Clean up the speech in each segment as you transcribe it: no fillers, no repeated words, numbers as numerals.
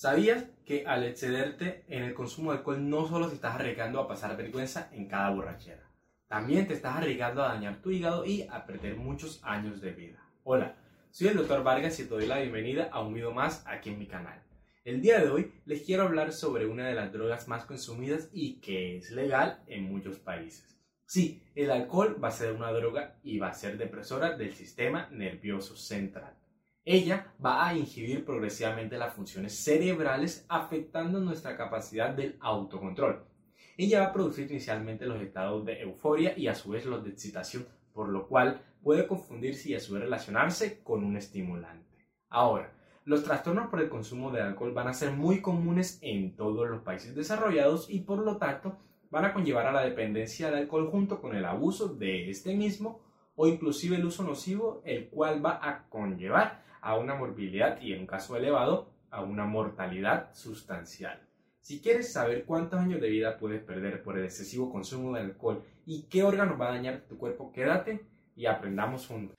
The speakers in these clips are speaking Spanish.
¿Sabías que al excederte en el consumo de alcohol no solo te estás arriesgando a pasar vergüenza en cada borrachera, también te estás arriesgando a dañar tu hígado y a perder muchos años de vida? Hola, soy el Dr. Vargas y te doy la bienvenida a un video más aquí en mi canal. El día de hoy les quiero hablar sobre una de las drogas más consumidas y que es legal en muchos países. Sí, el alcohol va a ser una droga y va a ser depresora del sistema nervioso central. Ella va a inhibir progresivamente las funciones cerebrales, afectando nuestra capacidad del autocontrol. Ella va a producir inicialmente los estados de euforia y a su vez los de excitación, por lo cual puede confundirse y a su vez relacionarse con un estimulante. Ahora, los trastornos por el consumo de alcohol van a ser muy comunes en todos los países desarrollados y por lo tanto van a conllevar a la dependencia del alcohol junto con el abuso de este mismo o inclusive el uso nocivo, el cual va a conllevar a una morbilidad y en un caso elevado a una mortalidad sustancial. Si quieres saber cuántos años de vida puedes perder por el excesivo consumo de alcohol y qué órganos va a dañar tu cuerpo, quédate y aprendamos juntos.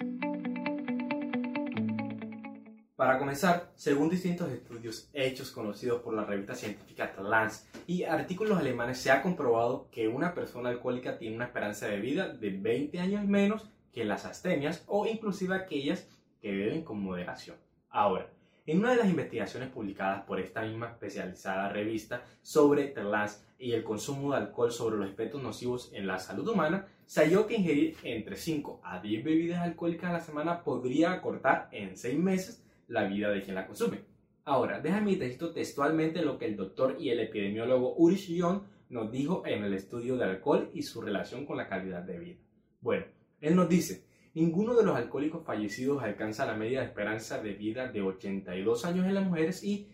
Para comenzar, según distintos estudios hechos conocidos por la revista científica The Lancet y artículos alemanes, se ha comprobado que una persona alcohólica tiene una esperanza de vida de 20 años menos que las abstemias o inclusive aquellas que beben con moderación. Ahora, en una de las investigaciones publicadas por esta misma especializada revista sobre The Lancet y el consumo de alcohol sobre los efectos nocivos en la salud humana, se halló que ingerir entre 5 a 10 bebidas alcohólicas a la semana podría acortar en 6 meses la vida de quien la consume. Ahora, déjame te cito textualmente lo que el doctor y el epidemiólogo Ulrich Jung nos dijo en el estudio del alcohol y su relación con la calidad de vida. Bueno, él nos dice: ninguno de los alcohólicos fallecidos alcanza la media de esperanza de vida de 82 años en las mujeres y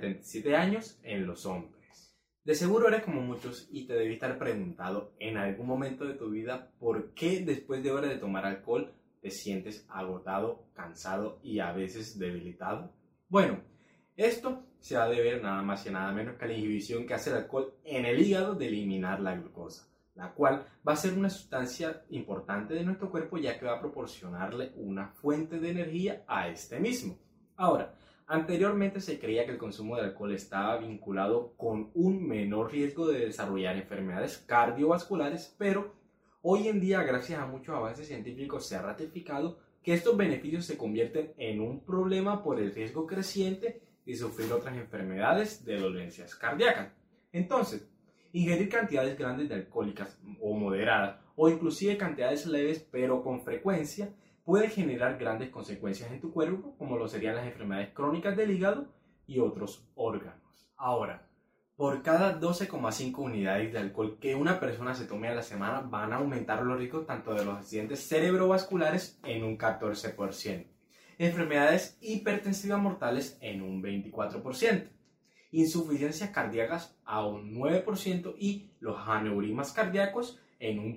77 años en los hombres. De seguro eres como muchos y te debiste haber preguntado en algún momento de tu vida por qué después de horas de tomar alcohol te sientes agotado, cansado y a veces debilitado. Bueno, esto se ha de ver nada más y nada menos que la inhibición que hace el alcohol en el hígado de eliminar la glucosa, la cual va a ser una sustancia importante de nuestro cuerpo ya que va a proporcionarle una fuente de energía a este mismo. Ahora, anteriormente se creía que el consumo de alcohol estaba vinculado con un menor riesgo de desarrollar enfermedades cardiovasculares, pero hoy en día, gracias a muchos avances científicos, se ha ratificado que estos beneficios se convierten en un problema por el riesgo creciente de sufrir otras enfermedades de dolencias cardíacas. Entonces, ingerir cantidades grandes de alcohólicas o moderadas o inclusive cantidades leves pero con frecuencia puede generar grandes consecuencias en tu cuerpo, como lo serían las enfermedades crónicas del hígado y otros órganos. Ahora, por cada 12,5 unidades de alcohol que una persona se tome a la semana van a aumentar los riesgos tanto de los accidentes cerebrovasculares en un 14%, enfermedades hipertensivas mortales en un 24%, insuficiencias cardíacas a un 9% y los aneurismas cardíacos en un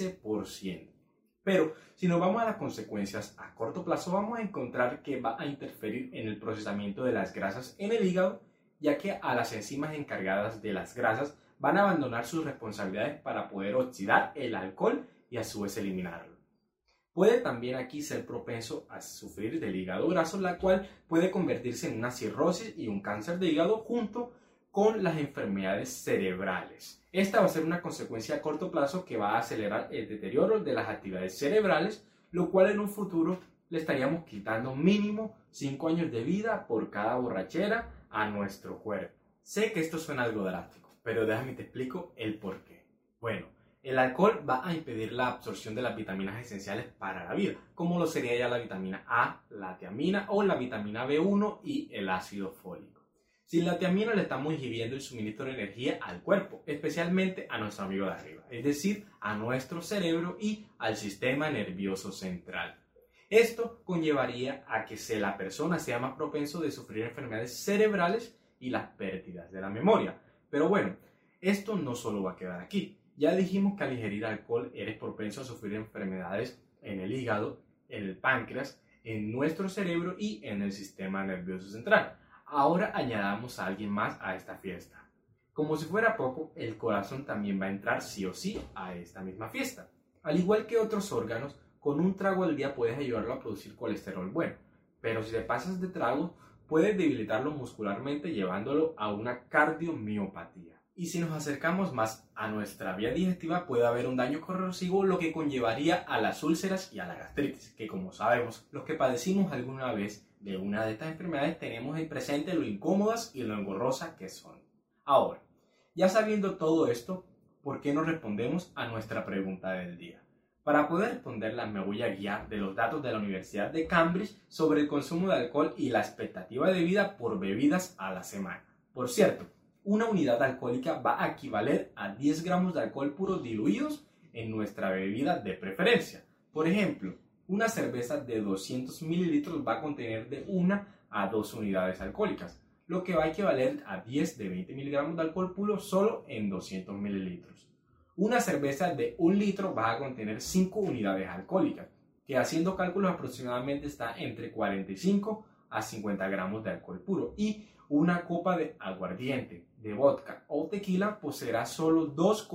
15%. Pero si nos vamos a las consecuencias a corto plazo, vamos a encontrar que va a interferir en el procesamiento de las grasas en el hígado, ya que a las enzimas encargadas de las grasas van a abandonar sus responsabilidades para poder oxidar el alcohol y a su vez eliminarlo. Puede también aquí ser propenso a sufrir del hígado graso, la cual puede convertirse en una cirrosis y un cáncer de hígado junto con las enfermedades cerebrales. Esta va a ser una consecuencia a corto plazo que va a acelerar el deterioro de las actividades cerebrales, lo cual en un futuro le estaríamos quitando mínimo 5 años de vida por cada borrachera a nuestro cuerpo. Sé que esto suena algo drástico, pero déjame te explico el por qué. Bueno, el alcohol va a impedir la absorción de las vitaminas esenciales para la vida, como lo sería ya la vitamina A, la tiamina o la vitamina B1 y el ácido fólico. Sin la tiamina le estamos inhibiendo el suministro de energía al cuerpo, especialmente a nuestro amigo de arriba, es decir, a nuestro cerebro y al sistema nervioso central. Esto conllevaría a que la persona sea más propenso de sufrir enfermedades cerebrales y las pérdidas de la memoria. Pero bueno, esto no solo va a quedar aquí. Ya dijimos que al ingerir alcohol eres propenso a sufrir enfermedades en el hígado, en el páncreas, en nuestro cerebro y en el sistema nervioso central. Ahora añadamos a alguien más a esta fiesta. Como si fuera poco, el corazón también va a entrar sí o sí a esta misma fiesta. Al igual que otros órganos, con un trago al día puedes ayudarlo a producir colesterol bueno, pero si te pasas de trago, puede debilitarlo muscularmente llevándolo a una cardiomiopatía. Y si nos acercamos más a nuestra vía digestiva puede haber un daño corrosivo, lo que conllevaría a las úlceras y a la gastritis, que como sabemos, los que padecimos alguna vez de una de estas enfermedades tenemos en presente lo incómodas y lo engorrosas que son. Ahora, ya sabiendo todo esto, ¿por qué no respondemos a nuestra pregunta del día? Para poder responderla me voy a guiar de los datos de la Universidad de Cambridge sobre el consumo de alcohol y la expectativa de vida por bebidas a la semana. Por cierto, una unidad alcohólica va a equivaler a 10 gramos de alcohol puro diluidos en nuestra bebida de preferencia. Por ejemplo, una cerveza de 200 mililitros va a contener de 1 a 2 unidades alcohólicas, lo que va a equivaler a 10 de 20 miligramos de alcohol puro solo en 200 mililitros. Una cerveza de 1 litro va a contener 5 unidades alcohólicas, que haciendo cálculos aproximadamente está entre 45 a 50 gramos de alcohol puro, y una copa de aguardiente, de vodka o tequila poseerá solo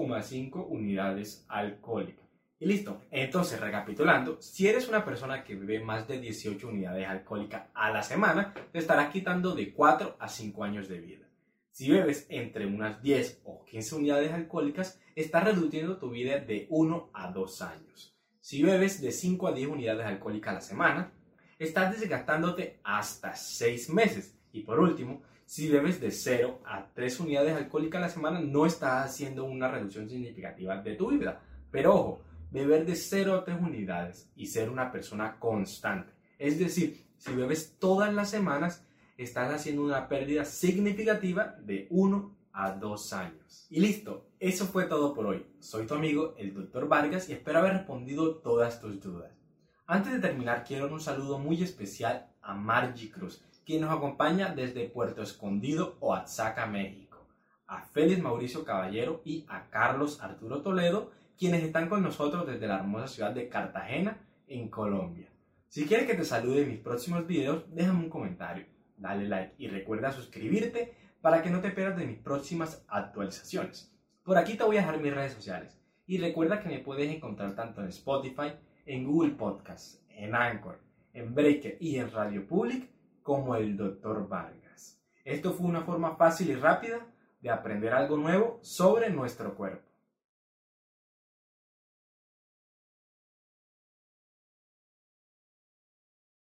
2,5 unidades alcohólicas. Y listo. Entonces, recapitulando, si eres una persona que bebe más de 18 unidades alcohólicas a la semana, te estarás quitando de 4 a 5 años de vida. Si bebes entre unas 10 o 15 unidades alcohólicas, estás reduciendo tu vida de 1 a 2 años. Si bebes de 5 a 10 unidades alcohólicas a la semana, estás desgastándote hasta 6 meses. Y por último, si bebes de 0 a 3 unidades alcohólicas a la semana, no estás haciendo una reducción significativa de tu vida. Pero ojo, beber de 0 a 3 unidades y ser una persona constante. Es decir, si bebes todas las semanas, estás haciendo una pérdida significativa de 1 a 2 años. Y listo, eso fue todo por hoy. Soy tu amigo, el Dr. Vargas, y espero haber respondido todas tus dudas. Antes de terminar, quiero dar un saludo muy especial a Margie Cruz, quien nos acompaña desde Puerto Escondido, Oaxaca, México, a Félix Mauricio Caballero y a Carlos Arturo Toledo, quienes están con nosotros desde la hermosa ciudad de Cartagena, en Colombia. Si quieres que te salude en mis próximos videos, déjame un comentario, dale like y recuerda suscribirte para que no te pierdas de mis próximas actualizaciones. Por aquí te voy a dejar mis redes sociales y recuerda que me puedes encontrar tanto en Spotify, en Google Podcasts, en Anchor, en Breaker y en Radio Public como el Dr. Vargas. Esto fue una forma fácil y rápida de aprender algo nuevo sobre nuestro cuerpo.